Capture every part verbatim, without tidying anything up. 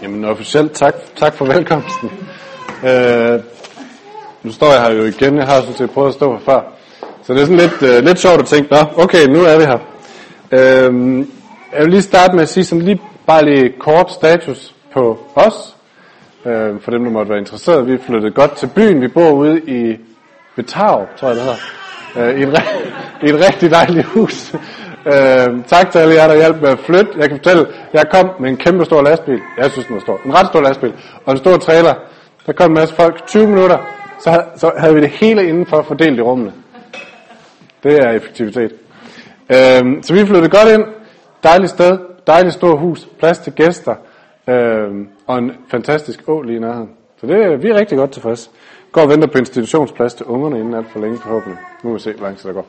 Jamen officielt tak, tak for velkomsten. Øh, nu står jeg her jo igen, jeg har sådan set prøvet at stå her før. Så det er sådan lidt, øh, lidt sjovt at tænke, nå okay, nu er vi her. Øh, jeg vil lige starte med at sige sådan lige, bare lige kort status på os. Øh, for dem, der måtte være interesseret. Vi er flyttet godt til byen, vi bor ude i Betav, tror jeg det hedder. Øh, i, et, I et rigtig dejligt hus. Øh, tak til alle jer, der hjalp med at flytte. Jeg kan fortælle, jeg kom med en kæmpe stor lastbil. Jeg synes, den var stor. En ret stor lastbil. Og en stor trailer. Der kom en masse folk. tyve minutter. Så havde, så havde vi det hele indenfor fordelt i rummene. Det er effektivitet. Øh, så vi flyttede godt ind. Dejligt sted. Dejligt stort hus. Plads til gæster. Øh, og en fantastisk å lige i nærheden. Så det er vi er rigtig godt tilfredse. Går og venter på institutionsplads til ungerne inden alt for længe forhåbentlig. Nu må vi se, hvor lang tid der går.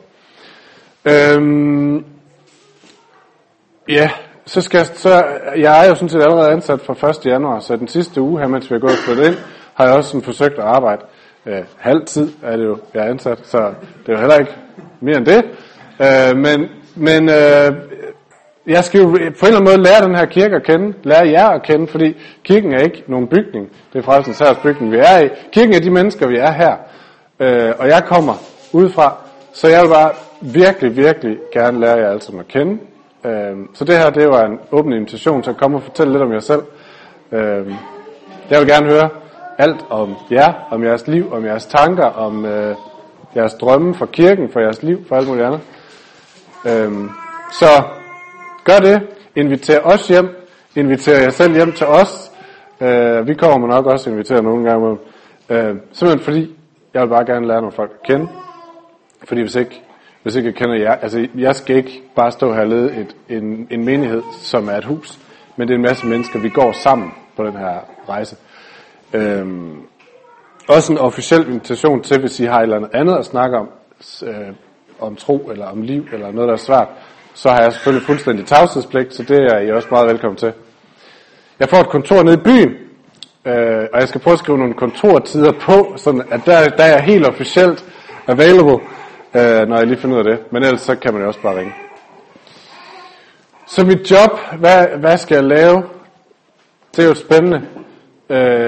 Øhm, ja, så skal jeg, så, jeg er jo sådan set allerede ansat fra første januar, så den sidste uge her, mens vi er gået og flyttet ind, har jeg også sådan forsøgt at arbejde. Øh, halv tid er det jo, jeg er ansat, så det er jo heller ikke mere end det. Øh, men men øh, jeg skal jo på en eller anden måde lære den her kirke at kende, lære jer at kende, fordi kirken er ikke nogen bygning. Det er Frelsens Herres bygning, vi er i. Kirken er de mennesker, vi er her. Øh, og jeg kommer udefra, så jeg vil bare virkelig, virkelig gerne lære jer alle sammen at kende. Øh, så det her, det var en åben invitation til at komme og fortælle lidt om jer selv. Øh, jeg vil gerne høre alt om jer, om jeres liv, om jeres tanker, om øh, jeres drømme for kirken, for jeres liv, for alt muligt andet. Øh, så gør det. Inviter os hjem. Inviter jer selv hjem til os. Øh, vi kommer nok også invitere nogle gange. Øh, simpelthen fordi, jeg vil bare gerne lære nogle folk at kende. Fordi hvis ikke, hvis ikke jeg kender jer, altså jeg skal ikke bare stå her og lede et, en, en menighed, som er et hus. Men det er en masse mennesker, vi går sammen på den her rejse. Øh, også en officiel invitation til, hvis I har et eller andet andet at snakke om, øh, om tro eller om liv eller noget, der er svært. Så har jeg selvfølgelig fuldstændig tavshedspligt, så det er I også meget velkommen til. Jeg får et kontor nede i byen, øh, og jeg skal prøve at skrive nogle kontortider på, sådan at der, der er jeg helt officielt available, øh, når jeg lige finder ud af det. Men ellers så kan man jo også bare ringe. Så mit job, hvad, hvad skal jeg lave? Det er jo spændende. Øh,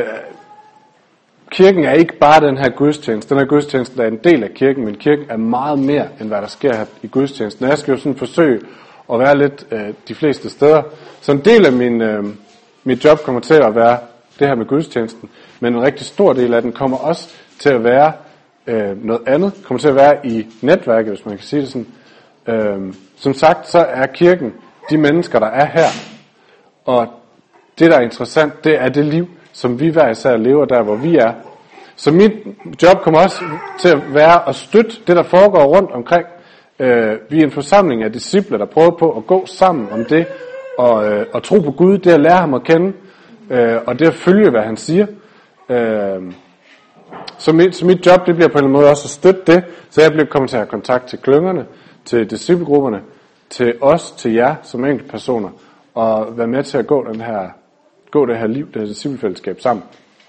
kirken er ikke bare den her gudstjeneste. Den her gudstjeneste er en del af kirken, men kirken er meget mere, end hvad der sker her i gudstjenesten. Jeg skal jo sådan forsøge at være lidt øh, de fleste steder. Så en del af min, øh, mit job kommer til at være det her med gudstjenesten, men en rigtig stor del af den kommer også til at være øh, noget andet. Kommer til at være i netværket, hvis man kan sige det sådan. Øh, som sagt, så er kirken de mennesker, der er her. Og det, der er interessant, det er det liv, som vi hver især lever der, hvor vi er. Så mit job kommer også til at være at støtte det, der foregår rundt omkring. Øh, vi er en forsamling af disciple, der prøver på at gå sammen om det, og, øh, og tro på Gud, det at lære ham at kende, øh, og det at følge, hvad han siger. Øh, så, mit, så mit job, det bliver på en måde også at støtte det, så jeg bliver kommet til at have kontakt til klyngerne, til disciplegrupperne, til os, til jer som enkelte personer, og være med til at gå den her gå det her liv, det her disciplefællesskab sammen.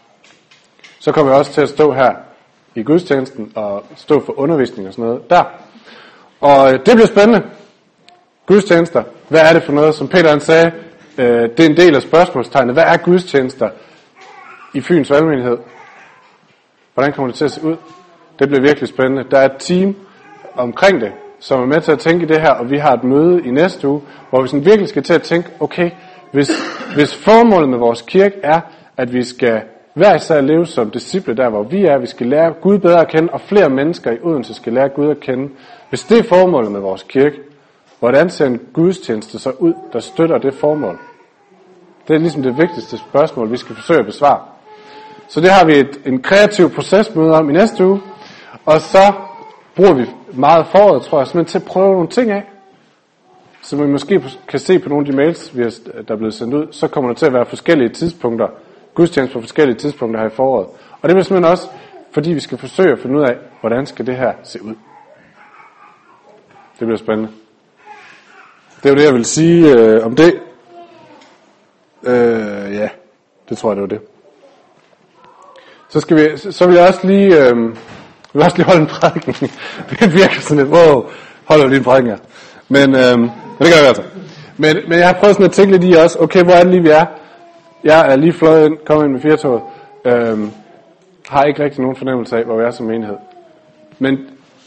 Så kommer jeg også til at stå her i gudstjenesten og stå for undervisning og sådan noget der. Og det bliver spændende. Gudstjenester. Hvad er det for noget? Som Peter han sagde, øh, det er en del af spørgsmålstegnet. Hvad er gudstjenester i Fyns Valgmenighed? Hvordan kommer det til at se ud? Det bliver virkelig spændende. Der er et team omkring det, som er med til at tænke i det her, og vi har et møde i næste uge, hvor vi sådan virkelig skal til at tænke, okay, Hvis, hvis formålet med vores kirke er, at vi skal hver især leve som disciple der, hvor vi er, vi skal lære Gud bedre at kende, og flere mennesker i Odense skal lære Gud at kende. Hvis det er formålet med vores kirke, hvordan ser en gudstjeneste så ud, der støtter det formål? Det er ligesom det vigtigste spørgsmål, vi skal forsøge at besvare. Så det har vi et, en kreativ procesmøde om i næste uge, og så bruger vi meget foråret, tror jeg, simpelthen til at prøve nogle ting af. Så vi måske kan se på nogle af de mails, vi har, der er blevet sendt ud, så kommer der til at være forskellige tidspunkter, gudstjenester på forskellige tidspunkter her i foråret. Og det bliver simpelthen også, fordi vi skal forsøge at finde ud af, hvordan skal det her se ud. Det bliver spændende. Det er jo det, jeg vil sige øh, om det. Øh, ja, det tror jeg, det var det. Så, skal vi, så vil jeg også lige, øh, vil også lige holde en prædiken. Det virker sådan lidt, wow, holder lige en prædiken her. Men, øh, men det gør jeg altså. Men, men jeg har prøvet sådan at tænke lidt i også, okay, hvor er det lige, vi er? Jeg er lige fløjet ind, kommet ind med firetoget. Øhm, har ikke rigtig nogen fornemmelse af, hvor vi er som menighed. Men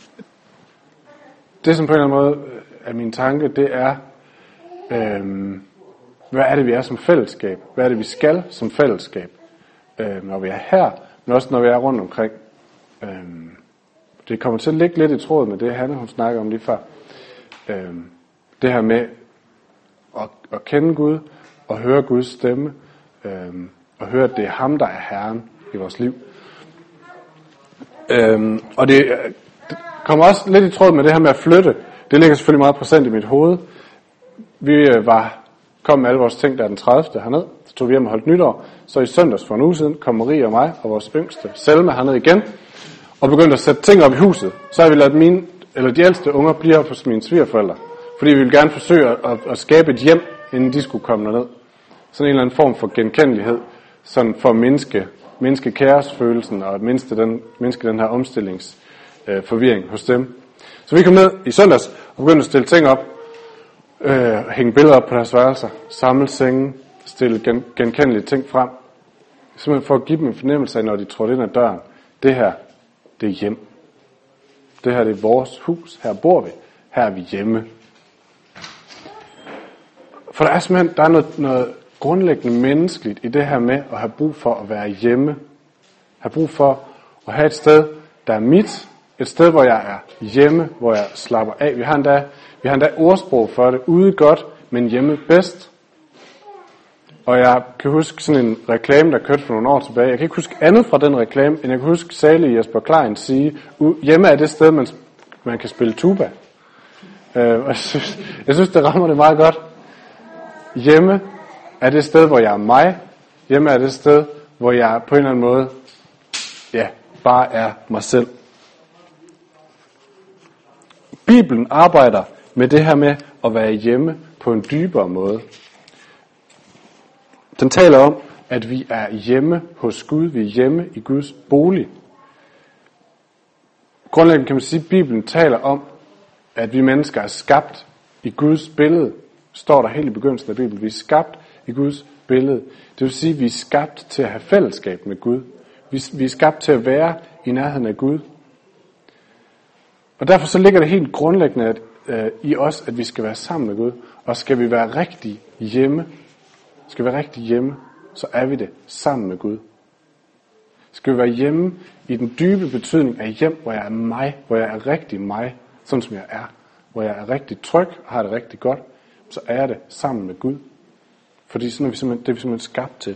det, som på en eller anden måde er min tanke, det er, øhm, hvad er det, vi er som fællesskab? Hvad er det, vi skal som fællesskab? Øhm, når vi er her, men også når vi er rundt omkring. Øhm, det kommer til at ligge lidt i tråd med det, Hanne hun snakker om lige før. Øhm, det her med at, at kende Gud, og høre Guds stemme, øhm, og høre, at det er ham, der er Herren i vores liv. Øhm, og det, det kommer også lidt i tråd med det her med at flytte. Det ligger selvfølgelig meget præsent i mit hoved. Vi øh, var kom med alle vores ting der den tredivte herned. Så tog vi hjem og holdt nytår. Så i søndags for en uge siden kom Marie og mig og vores yngste Selma herned igen. Og begyndte at sætte ting op i huset. Så har vi ladet mine, eller de ældste unger blive her hos mine svigerforældre. Fordi vi ville gerne forsøge at, at, at skabe et hjem, inden de skulle komme derned. Sådan en eller anden form for genkendelighed. Sådan for at mindske, mindske kaosfølelsen og mindske den, mindske den her omstillingsforvirring øh, hos dem. Så vi kom ned i søndags og begyndte at stille ting op. Øh, hænge billeder op på deres værelser. Samle senge. Stille gen, genkendelige ting frem. Simpelthen for at give dem en fornemmelse af, når de trådte ind ad døren. Det her, det er hjem. Det her, det er vores hus. Her bor vi. Her er vi hjemme. For der er simpelthen der er noget, noget grundlæggende menneskeligt i det her med at have brug for at være hjemme. Have brug for at have et sted, der er mit. Et sted, hvor jeg er hjemme, hvor jeg slapper af. Vi har endda, vi har endda ordsprog for det. Ude godt, men hjemme bedst. Og jeg kan huske sådan en reklame, der kørte for nogle år tilbage. Jeg kan ikke huske andet fra den reklame, end jeg kan huske salig Jesper Klein sige, hjemme er det sted, man, man kan spille tuba. Øh, og jeg, synes, jeg synes, det rammer det meget godt. Hjemme er det sted, hvor jeg er mig. Hjemme er det sted, hvor jeg på en eller anden måde, ja, bare er mig selv. Bibelen arbejder med det her med at være hjemme på en dybere måde. Den taler om, at vi er hjemme hos Gud. Vi er hjemme i Guds bolig. Grundlæggende kan man sige, at Bibelen taler om, at vi mennesker er skabt i Guds billede. Står der helt i begyndelsen af Bibelen. Vi er skabt i Guds billede. Det vil sige, at vi er skabt til at have fællesskab med Gud. Vi er skabt til at være i nærheden af Gud. Og derfor så ligger det helt grundlæggende at, øh, i os, at vi skal være sammen med Gud. Og skal vi være rigtig hjemme, skal vi være rigtig hjemme, så er vi det sammen med Gud. Skal vi være hjemme i den dybe betydning af hjem, hvor jeg er mig, hvor jeg er rigtig mig, sådan som jeg er. Hvor jeg er rigtig tryg og har det rigtig godt, så er jeg det sammen med Gud. Fordi sådan er vi simpelthen, det er vi simpelthen skabt til.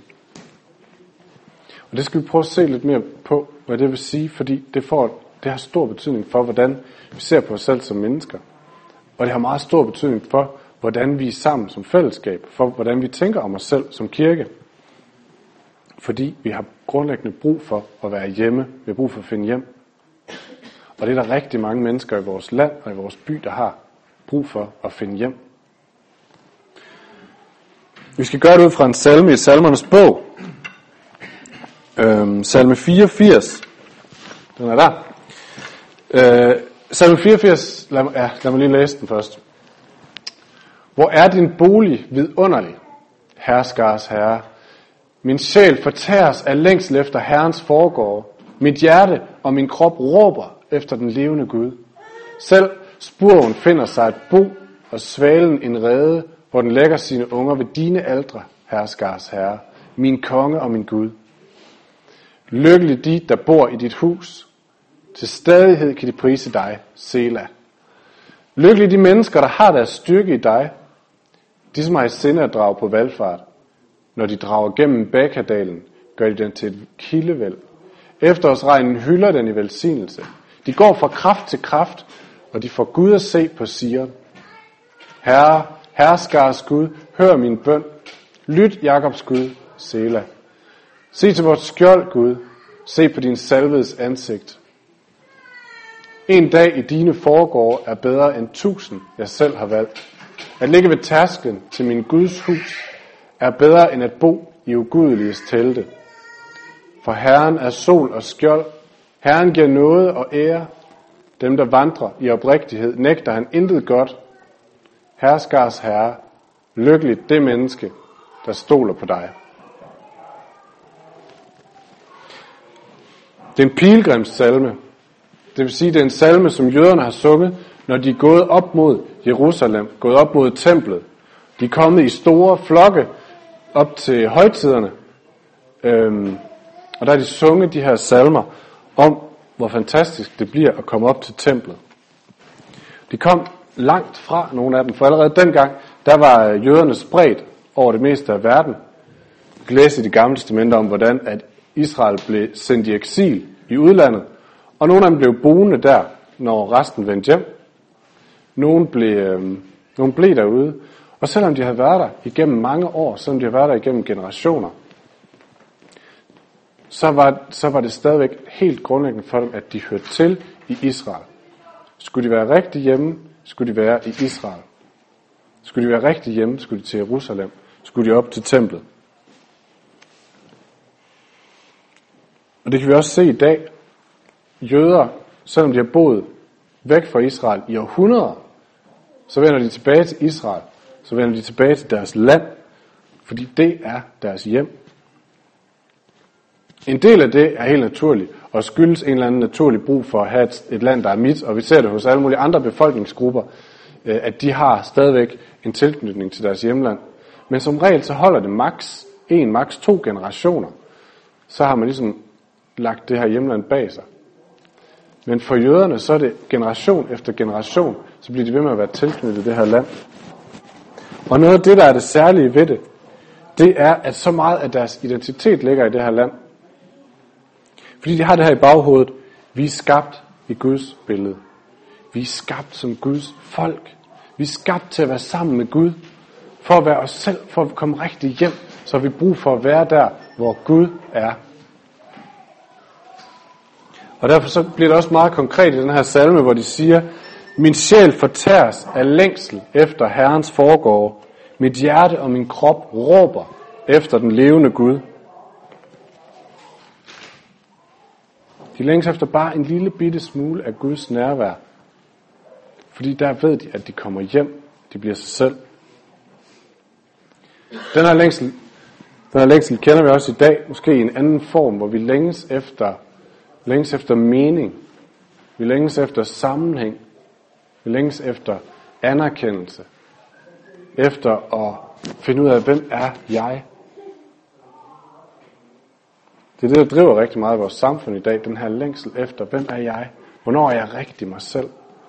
Og det skal vi prøve at se lidt mere på, hvad det vil sige, fordi det, får, det har stor betydning for, hvordan vi ser på os selv som mennesker. Og det har meget stor betydning for, hvordan vi er sammen som fællesskab, for hvordan vi tænker om os selv som kirke. Fordi vi har grundlæggende brug for at være hjemme, vi har brug for at finde hjem. Og det er der rigtig mange mennesker i vores land og i vores by, der har brug for at finde hjem. Vi skal gøre det ud fra en salme i Salmernes bog. Øhm, salme fireogfirs. Den er der. Øh, salme fireogfirs, lad, ja, lad mig lige læse den først. Hvor er din bolig vidunderlig, herskars herre? Min sjæl fortæres af længsel efter Herrens forgårde. Mit hjerte og min krop råber efter den levende Gud. Selv spurven finder sig et bo, og svalen en rede, hvor den lægger sine unger ved dine aldre, herskars herre, min konge og min Gud. Lykkelig de, der bor i dit hus. Til stadighed kan de prise dig, Sela. Lykkelig de mennesker, der har deres styrke i dig. De, som har i sinde at drage på valfart. Når de drager gennem Bækkadalen, gør de den til et kildevæld. Efterårsregnen hylder den i velsignelse. De går fra kraft til kraft, og de får Gud at se på Sion. Herre, herskars Gud, hør min bøn. Lyt, Jakobs Gud, Sela. Se til vores skjold, Gud. Se på din salvedes ansigt. En dag i dine forgårde er bedre end tusind, jeg selv har valgt. At ligge ved tærsklen til min Guds hus er bedre end at bo i ugudeliges telte. For Herren er sol og skjold. Herren giver nåde og ære. Dem, der vandrer i oprigtighed, nægter han intet godt. Herskars herre, lykkeligt det menneske, der stoler på dig. Det er en pilgrimssalme. Det vil sige, det er en salme, som jøderne har sunget, når de er gået op mod Jerusalem, gået op mod templet. De er kommet i store flokke op til højtiderne. Øhm, og der er de sunget de her salmer om, hvor fantastisk det bliver at komme op til templet. De kom langt fra nogle af dem, for allerede dengang, der var jøderne spredt over det meste af verden. Vi kan læse i Det Gamle Testamente om, hvordan at Israel blev sendt i eksil i udlandet, og nogle af dem blev boende der, når resten vendte hjem. Nogle blev, øh, nogle blev derude, og selvom de havde været der igennem mange år, selvom de havde været der igennem generationer, så var, så var det stadigvæk helt grundlæggende for dem, at de hørte til i Israel. Skulle de være rigtig hjemme, skulle de være i Israel. Skulle de være rigtig hjemme, skulle de til Jerusalem. Skulle de op til templet. Og det kan vi også se i dag. Jøder, selvom de har boet væk fra Israel i århundreder, så vender de tilbage til Israel. Så vender de tilbage til deres land, fordi det er deres hjem. En del af det er helt naturligt, og skyldes en eller anden naturlig brug for at have et, et land, der er mit, og vi ser det hos alle mulige andre befolkningsgrupper, øh, at de har stadigvæk en tilknytning til deres hjemland. Men som regel så holder det maks en, maks to generationer, så har man ligesom lagt det her hjemland bag sig. Men for jøderne, så er det generation efter generation, så bliver de ved med at være tilknyttet det her land. Og noget af det, der er det særlige ved det, det er, at så meget af deres identitet ligger i det her land. Fordi de har det her i baghovedet. Vi er skabt i Guds billede. Vi er skabt som Guds folk. Vi er skabt til at være sammen med Gud. For at være os selv, for at komme rigtig hjem, så har vi brug for at være der, hvor Gud er. Og derfor så bliver det også meget konkret i den her salme, hvor de siger, min sjæl fortæres af længsel efter Herrens forgårde. Mit hjerte og min krop råber efter den levende Gud. De længes efter bare en lille bitte smule af Guds nærvær. Fordi der ved de, at de kommer hjem. De bliver sig selv. Den her længsel, den her længsel kender vi også i dag, måske i en anden form, hvor vi længes efter, længes efter mening. Vi længes efter sammenhæng. Vi længes efter anerkendelse. Efter at finde ud af, hvem er jeg? Det er det, der driver rigtig meget i vores samfund i dag, den her længsel efter, hvem er jeg? Hvornår er jeg rigtig mig selv?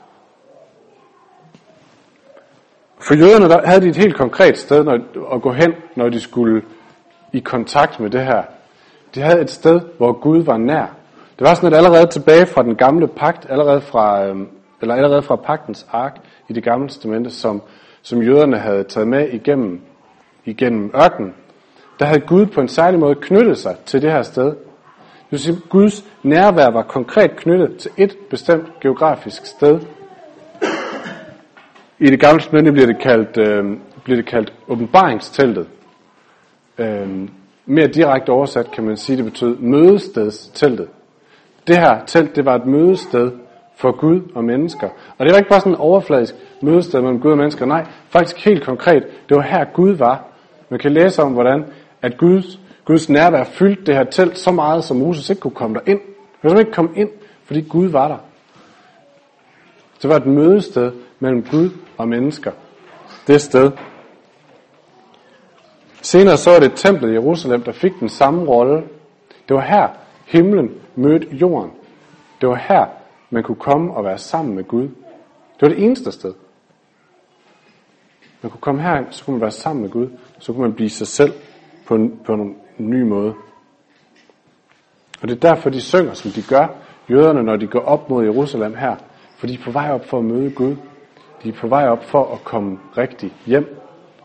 For jøderne der havde de et helt konkret sted når, at gå hen, når de skulle i kontakt med det her. De havde et sted, hvor Gud var nær. Det var sådan, at allerede tilbage fra den gamle pagt, allerede fra, eller allerede fra pagtens ark i det gamle testamente, som, som jøderne havde taget med igennem, igennem ørkenen, der havde Gud på en særlig måde knyttet sig til det her sted. Det vil sige, at Guds nærvær var konkret knyttet til et bestemt geografisk sted. I det gamle testamente bliver det kaldt, øh, bliver det kaldt åbenbaringsteltet. Øh, mere direkte oversat kan man sige, det betød mødestedsteltet. Det her telt, det var et mødested for Gud og mennesker. Og det var ikke bare sådan en overfladisk mødested mellem Gud og mennesker. Nej, faktisk helt konkret, det var her Gud var. Man kan læse om, hvordan at Guds, Guds nærvær fyldte det her telt så meget, som Moses ikke kunne komme derind. Han kunne ikke komme ind, fordi Gud var der. Det var et mødested mellem Gud og mennesker. Det sted. Senere så var det templet i Jerusalem, der fik den samme rolle. Det var her, himlen mødte jorden. Det var her, man kunne komme og være sammen med Gud. Det var det eneste sted. Man kunne komme herhen, så kunne man være sammen med Gud. Så kunne man blive sig selv på en, på en ny måde. Og det er derfor, de synger, som de gør, jøderne, når de går op mod Jerusalem her. For de er på vej op for at møde Gud. De er på vej op for at komme rigtig hjem.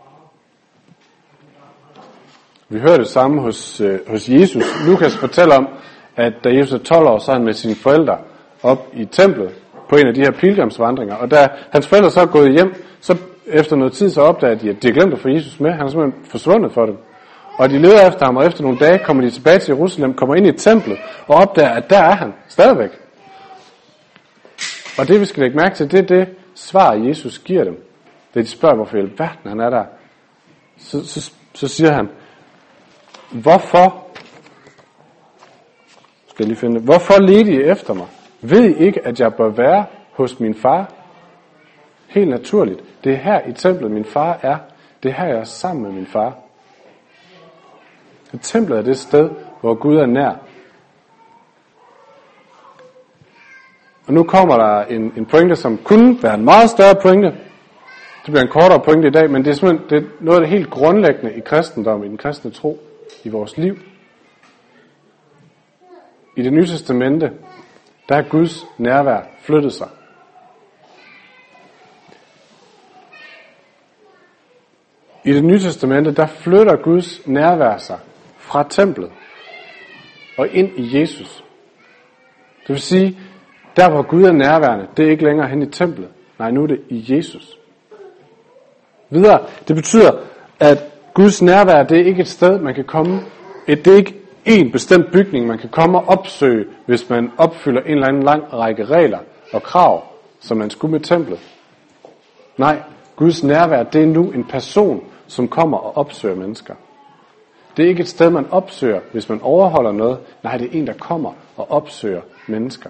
Vi hører det samme hos, øh, hos Jesus. Lukas fortæller om, at da Jesus er tolv år, så er han med sine forældre op i templet på en af de her pilgrimsvandringer. Og da hans forældre så er gået hjem, så efter noget tid så opdager de, at de har glemt at få Jesus med. Han er simpelthen forsvundet for dem. Og de leder efter ham, og efter nogle dage kommer de tilbage til Jerusalem, kommer ind i templet og opdager, at der er han stadigvæk. Og det vi skal lægge mærke til, det er det svar, Jesus giver dem. Da de spørger, hvorfor i alverden han er der. Så, så, så siger han, hvorfor, skal skal jeg lige finde det. Hvorfor ledte I efter mig? Ved I ikke, at jeg bør være hos min far? Helt naturligt. Det er her i templet, min far er. Det er her, jeg er sammen med min far. Og templet er det sted, hvor Gud er nær. Og nu kommer der en, en pointe, som kunne være en meget større pointe. Det bliver en kortere pointe i dag, men det er simpelthen det er noget af det helt grundlæggende i kristendommen, i den kristne tro, i vores liv. I Det Nye Testamente, der har Guds nærvær flyttet sig. I Det Nye Testamente, der flytter Guds nærvær sig fra templet og ind i Jesus. Det vil sige, der hvor Gud er nærværende, det er ikke længere hen i templet. Nej, nu er det i Jesus. Videre, det betyder, at Guds nærvær, det er ikke et sted, man kan komme. Det er ikke en bestemt bygning, man kan komme og opsøge, hvis man opfylder en eller anden lang række regler og krav, som man skulle med templet. Nej, Guds nærvær, det er nu en person, som kommer og opsøger mennesker. Det er ikke et sted, man opsøger, hvis man overholder noget. Nej, det er en, der kommer og opsøger mennesker.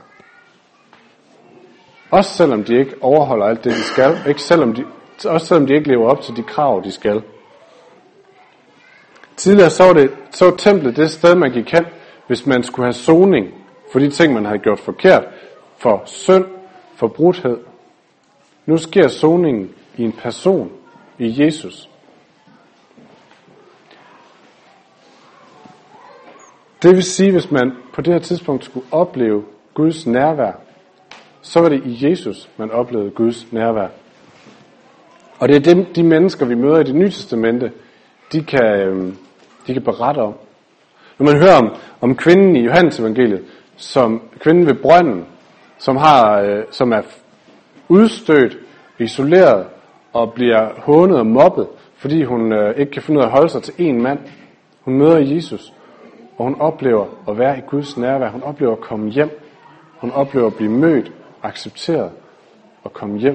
Også selvom de ikke overholder alt det, de skal. Ikke selvom de, også selvom de ikke lever op til de krav, de skal. Tidligere så var, det, så var templet det sted, man gik hen, hvis man skulle have soning for de ting, man havde gjort forkert, for synd, for brudhed. Nu sker soningen i en person, i Jesus. Det vil sige, hvis man på det her tidspunkt skulle opleve Guds nærvær, så var det i Jesus, man oplevede Guds nærvær. Og det er dem, de mennesker, vi møder i Det Nye Testamente, de kan, de kan berette om. Når man hører om, om kvinden i Johannes evangeliet, som kvinden ved brønden, som, har, som er udstødt, isoleret og bliver hånet og mobbet, fordi hun ikke kan finde ud af at holde sig til en mand. Hun møder Jesus, og hun oplever at være i Guds nærvær. Hun oplever at komme hjem. Hun oplever at blive mødt, accepteret og komme hjem.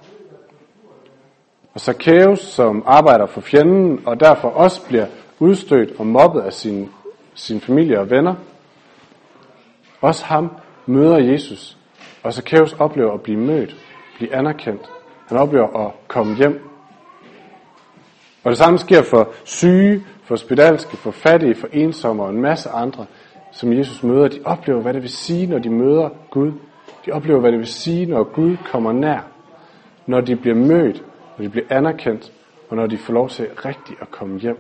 Og Zacchaeus, som arbejder for fjenden, og derfor også bliver udstødt og mobbet af sin, sin familie og venner, også ham møder Jesus. Og Zacchaeus oplever at blive mødt, blive anerkendt. Han oplever at komme hjem. Og det samme sker for syge, for spedalske, for fattige, for ensomme og en masse andre, som Jesus møder. De oplever, hvad det vil sige, når de møder Gud. De oplever, hvad det vil sige, når Gud kommer nær. Når de bliver mødt, når de bliver anerkendt, og når de får lov til rigtigt at komme hjem.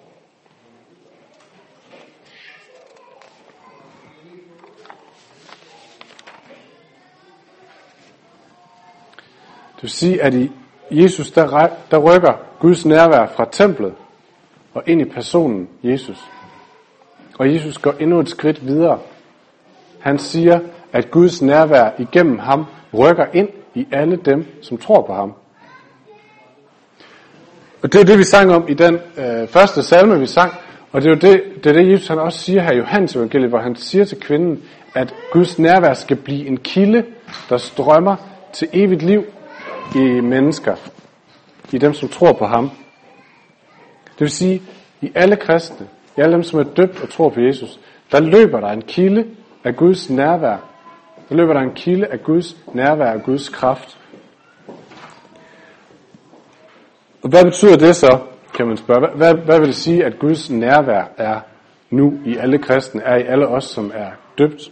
Det vil sige, at i Jesus, der, der rykker Guds nærvær fra templet og ind i personen Jesus. Og Jesus går endnu et skridt videre. Han siger, at Guds nærvær igennem ham rykker ind i alle dem, som tror på ham. Og det er det, vi sang om i den øh, første salme, vi sang. Og det er jo det, det, er det Jesus han også siger her i Johannes evangeliet, hvor han siger til kvinden, at Guds nærvær skal blive en kilde, der strømmer til evigt liv i mennesker. I dem, som tror på ham. Det vil sige, i alle kristne, i alle dem, som er døbt og tror på Jesus, der løber der en kilde af Guds nærvær. Der løber der en kilde af Guds nærvær og Guds kraft. Og hvad betyder det så, kan man spørge? Hvad, hvad vil det sige, at Guds nærvær er nu i alle kristne, er i alle os, som er døbt?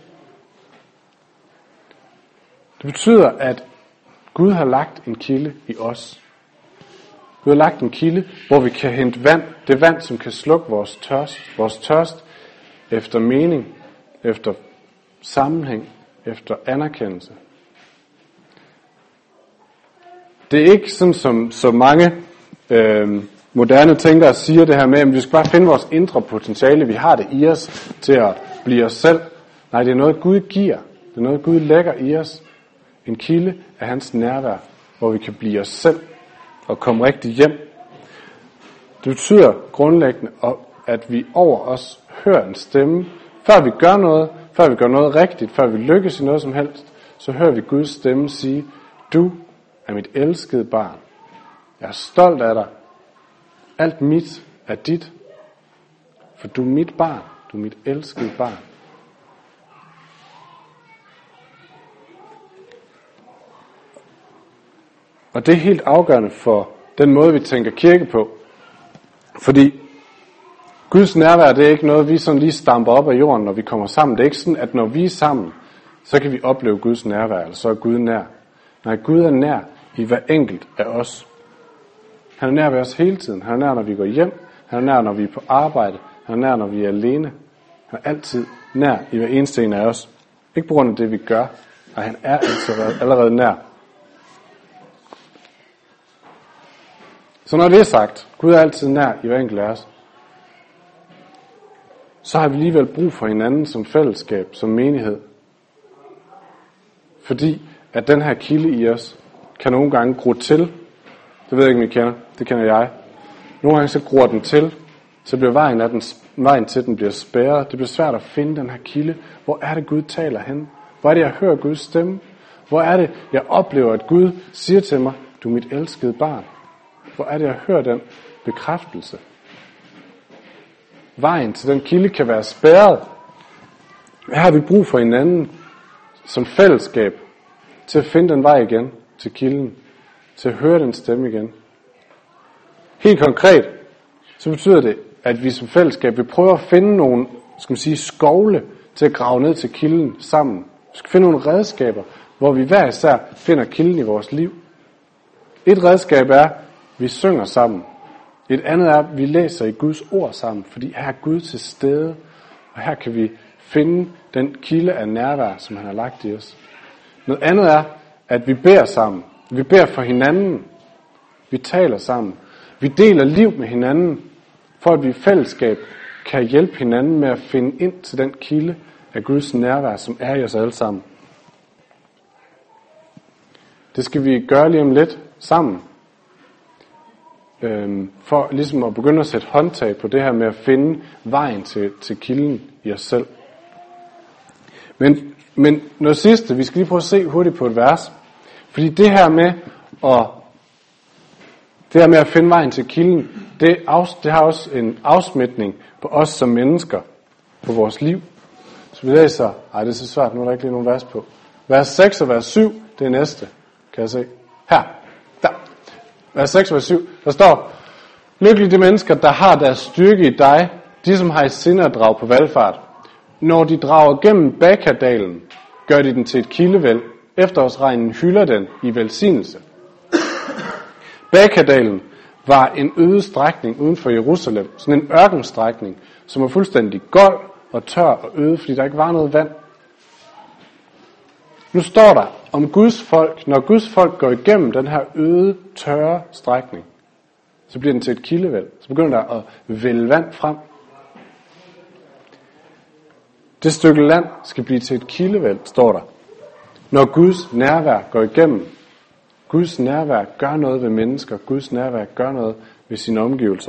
Det betyder, at Gud har lagt en kilde i os. Gud har lagt en kilde, hvor vi kan hente vand. Det vand, som kan slukke vores tørst. Vores tørst efter mening, efter sammenhæng, efter anerkendelse. Det er ikke sådan, som så mange øh, moderne tænkere siger det her med, at vi skal bare finde vores indre potentiale. Vi har det i os til at blive os selv. Nej, det er noget, Gud giver. Det er noget, Gud lægger i os. En kilde af hans nærvær, hvor vi kan blive os selv og komme rigtig hjem. Det betyder grundlæggende, at vi over os hører en stemme. Før vi gør noget, før vi gør noget rigtigt, før vi lykkes i noget som helst, så hører vi Guds stemme sige, du er mit elskede barn. Jeg er stolt af dig. Alt mit er dit. For du er mit barn. Du er mit elskede barn. Og det er helt afgørende for den måde, vi tænker kirke på. Fordi Guds nærvær, det er ikke noget, vi sådan lige stamper op af jorden, når vi kommer sammen. Det er ikke sådan, at når vi er sammen, så kan vi opleve Guds nærvær, eller så er Gud nær. Nej, Gud er nær i hver enkelt af os. Han er nær ved os hele tiden. Han er nær, når vi går hjem. Han er nær, når vi er på arbejde. Han er nær, når vi er alene. Han er altid nær i hver eneste en af os. Ikke på grund af det, vi gør. Nej, han er altid allerede nær. Så når det er sagt, Gud er altid nær i hver enkelt af os, så har vi alligevel brug for hinanden som fællesskab, som menighed. Fordi at den her kilde i os kan nogle gange gro til. Det ved jeg ikke, om I kender. Det kender jeg. Nogle gange så gror den til. Så bliver vejen, af den, vejen til den bliver spærret. Det bliver svært at finde den her kilde. Hvor er det, Gud taler hen? Hvor er det, jeg hører Guds stemme? Hvor er det, jeg oplever, at Gud siger til mig, du er mit elskede barn? Hvor er det, jeg hører den bekræftelse? Vejen til den kilde kan være spærret. Her har vi brug for hinanden som fællesskab til at finde den vej igen til kilden. Til at høre den stemme igen. Helt konkret, så betyder det, at vi som fællesskab vil prøve at finde nogle, skal man sige, skovle til at grave ned til kilden sammen. Vi skal finde nogle redskaber, hvor vi hver især finder kilden i vores liv. Et redskab er, at vi synger sammen. Et andet er, at vi læser i Guds ord sammen, fordi her er Gud til stede, og her kan vi finde den kilde af nærvær, som han har lagt i os. Noget andet er, at vi beder sammen. Vi beder for hinanden. Vi taler sammen. Vi deler liv med hinanden, for at vi i fællesskab kan hjælpe hinanden med at finde ind til den kilde af Guds nærvær, som er i os alle sammen. Det skal vi gøre lige om lidt sammen. Øhm, for ligesom at begynde at sætte håndtag på det her med at finde vejen til, til kilden i os selv. Men, men noget sidste, vi skal lige prøve at se hurtigt på et vers. Fordi det her med at, det her med at finde vejen til kilden, det, af, det har også en afsmitning på os som mennesker, på vores liv. Så vi læser, ej det er så svært, nu er der ikke lige nogen vers på. Vers seks og vers syv, det er næste, kan jeg se. Her, der. Vers seks og vers syv, der står, lykkelige de mennesker, der har deres styrke i dig, de som har i sinde at drage på valfart. Når de drager gennem Bakadalen, gør de den til et kildevæld. Efterårsregnen hylder den i velsignelse. Bakadalen var en øde strækning uden for Jerusalem, sådan en ørkenstrækning, som var fuldstændig gold og tør og øde, fordi der ikke var noget vand. Nu står der om Guds folk, når Guds folk går igennem den her øde, tørre strækning, så bliver den til et kildevæld. Så begynder der at vælge vand frem. Det stykke land skal blive til et kildevæld, står der. Når Guds nærvær går igennem. Guds nærvær gør noget ved mennesker. Guds nærvær gør noget ved sine omgivelser.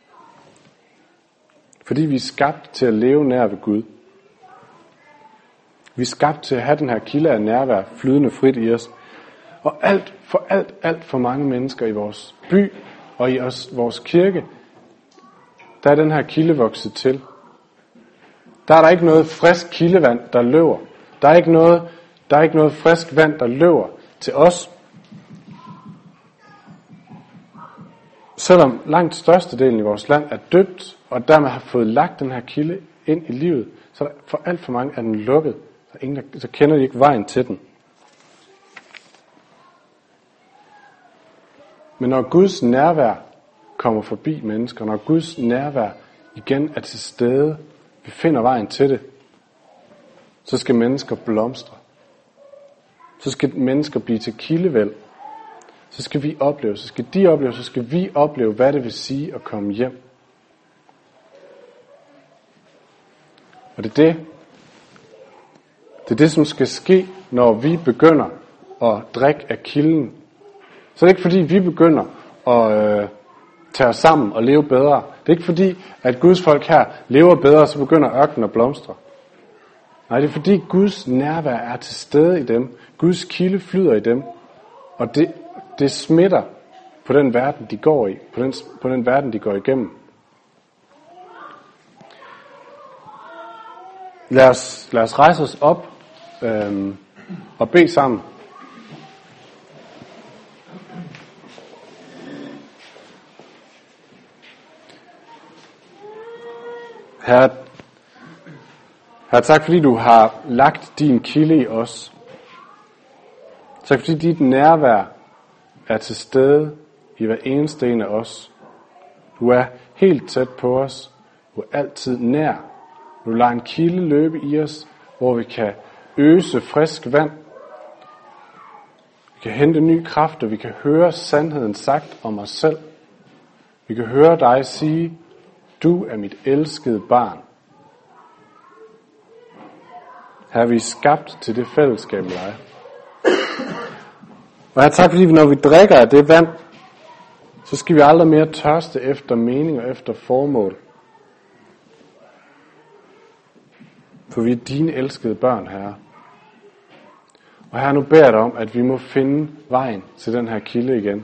Fordi vi er skabt til at leve nær ved Gud. Vi er skabt til at have den her kilde af nærvær flydende frit i os. Og alt for alt, alt for mange mennesker i vores by og i os, vores kirke, der er den her kilde vokset til. Der er der ikke noget frisk kildevand, der løber. Der er ikke noget, der er ikke noget frisk vand, der løber til os. Selvom langt størstedelen i vores land er døbt, og dermed har fået lagt den her kilde ind i livet, så er der for alt for mange er den lukket. Der er ingen, der, så kender de ikke vejen til den. Men når Guds nærvær kommer forbi mennesker, når Guds nærvær igen er til stede, vi finder vejen til det, så skal mennesker blomstre. Så skal mennesker blive til kildevæld. Så skal vi opleve, så skal de opleve, så skal vi opleve, hvad det vil sige at komme hjem. Og det er det, det er det, som skal ske, når vi begynder at drikke af kilden. Så det er ikke fordi, vi begynder at øh, tage os sammen og leve bedre. Det er ikke fordi, at Guds folk her lever bedre, så begynder ørkenen at blomstre. Nej, det er fordi Guds nærvær er til stede i dem. Guds kilde flyder i dem. Og det, det smitter på den verden, de går i. På den, på den verden, de går igennem. Lad os, lad os rejse os op øhm, og bede sammen. Herre, Herre, tak fordi du har lagt din kilde i os. Tak fordi dit nærvær er til stede i hver eneste en af os. Du er helt tæt på os. Du er altid nær. Du lader en kilde løbe i os, hvor vi kan øse frisk vand. Vi kan hente ny kraft, og vi kan høre sandheden sagt om os selv. Vi kan høre dig sige, du er mit elskede barn. Herre, vi er skabt til det fællesskab med dig. Og her tak, fordi når vi drikker af det vand, så skal vi aldrig mere tørste efter mening og efter formål. For vi er dine elskede børn, Herre. Og her nu beder jeg dig om, at vi må finde vejen til den her kilde igen.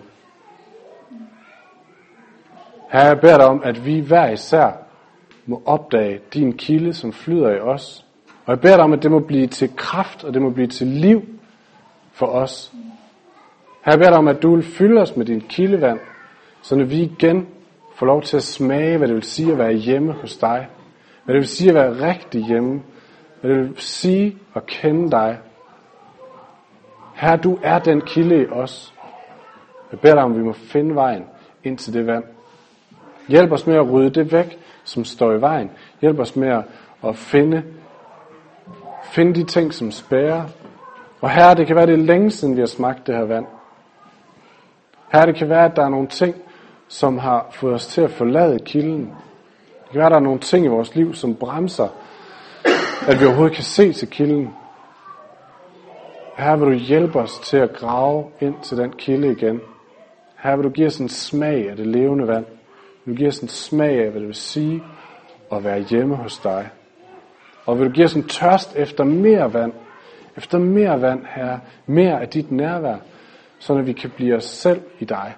Herre, jeg beder dig om, at vi hver især må opdage din kilde, som flyder i os. Og jeg beder dig om, at det må blive til kraft, og det må blive til liv for os. Herre, jeg beder dig om, at du vil fylde os med din kildevand, så når vi igen får lov til at smage, hvad det vil sige at være hjemme hos dig. Hvad det vil sige at være rigtig hjemme. Hvad det vil sige at kende dig. Herre, du er den kilde i os. Jeg beder dig om, at vi må finde vejen ind til det vand. Hjælp os med at rydde det væk, som står i vejen. Hjælp os med at finde, finde de ting, som spærrer. Og Herre, det kan være, det er længe siden, vi har smagt det her vand. Herre, det kan være, at der er nogle ting, som har fået os til at forlade kilden. Det kan være, at der er nogle ting i vores liv, som bremser, at vi overhovedet kan se til kilden. Herre, vil du hjælpe os til at grave ind til den kilde igen. Herre, vil du give os en smag af det levende vand. Vil du give os en smag af, hvad det vil sige at være hjemme hos dig. Og vil du give os en tørst efter mere vand. Efter mere vand, Herre. Mere af dit nærvær. Så vi kan blive os selv i dig.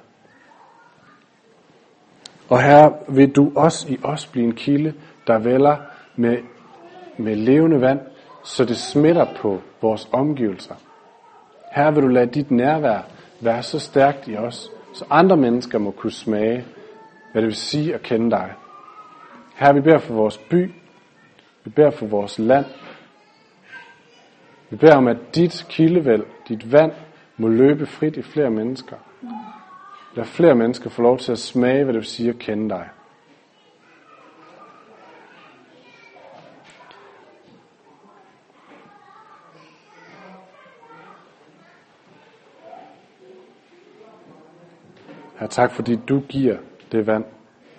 Og Herre, vil du også i os blive en kilde, der vælger med, med levende vand, så det smitter på vores omgivelser. Herre, vil du lade dit nærvær være så stærkt i os, så andre mennesker må kunne smage, hvad det vil sige at kende dig. Herre, vi beder for vores by, vi beder for vores land, vi beder om, at dit kildevæld, dit vand, må løbe frit i flere mennesker. Lad flere mennesker få lov til at smage, hvad det vil sige at kende dig. Herre, tak fordi du giver det vand.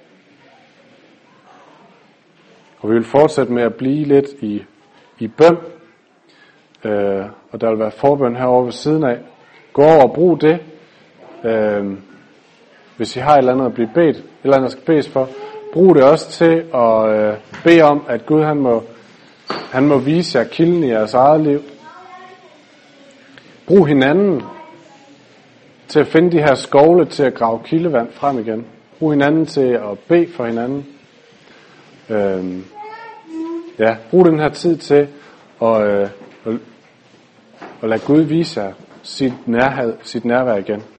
Og vi vil fortsætte med at blive lidt i, i bøn. Øh, og der vil være forbøn herovre ved siden af. Gå over og brug det. Øh, hvis I har et eller andet at blive bedt, et eller andet, der skal bedes for, brug det også til at øh, bede om, at Gud han må, han må vise jer kilden i jeres eget liv. Brug hinanden til at finde de her skovle til at grave kildevand frem igen. Brug hinanden til at bede for hinanden. Øh, ja, brug den her tid til at, øh, at, at lade Gud vise jer sit nærhed, sit nærvær igen.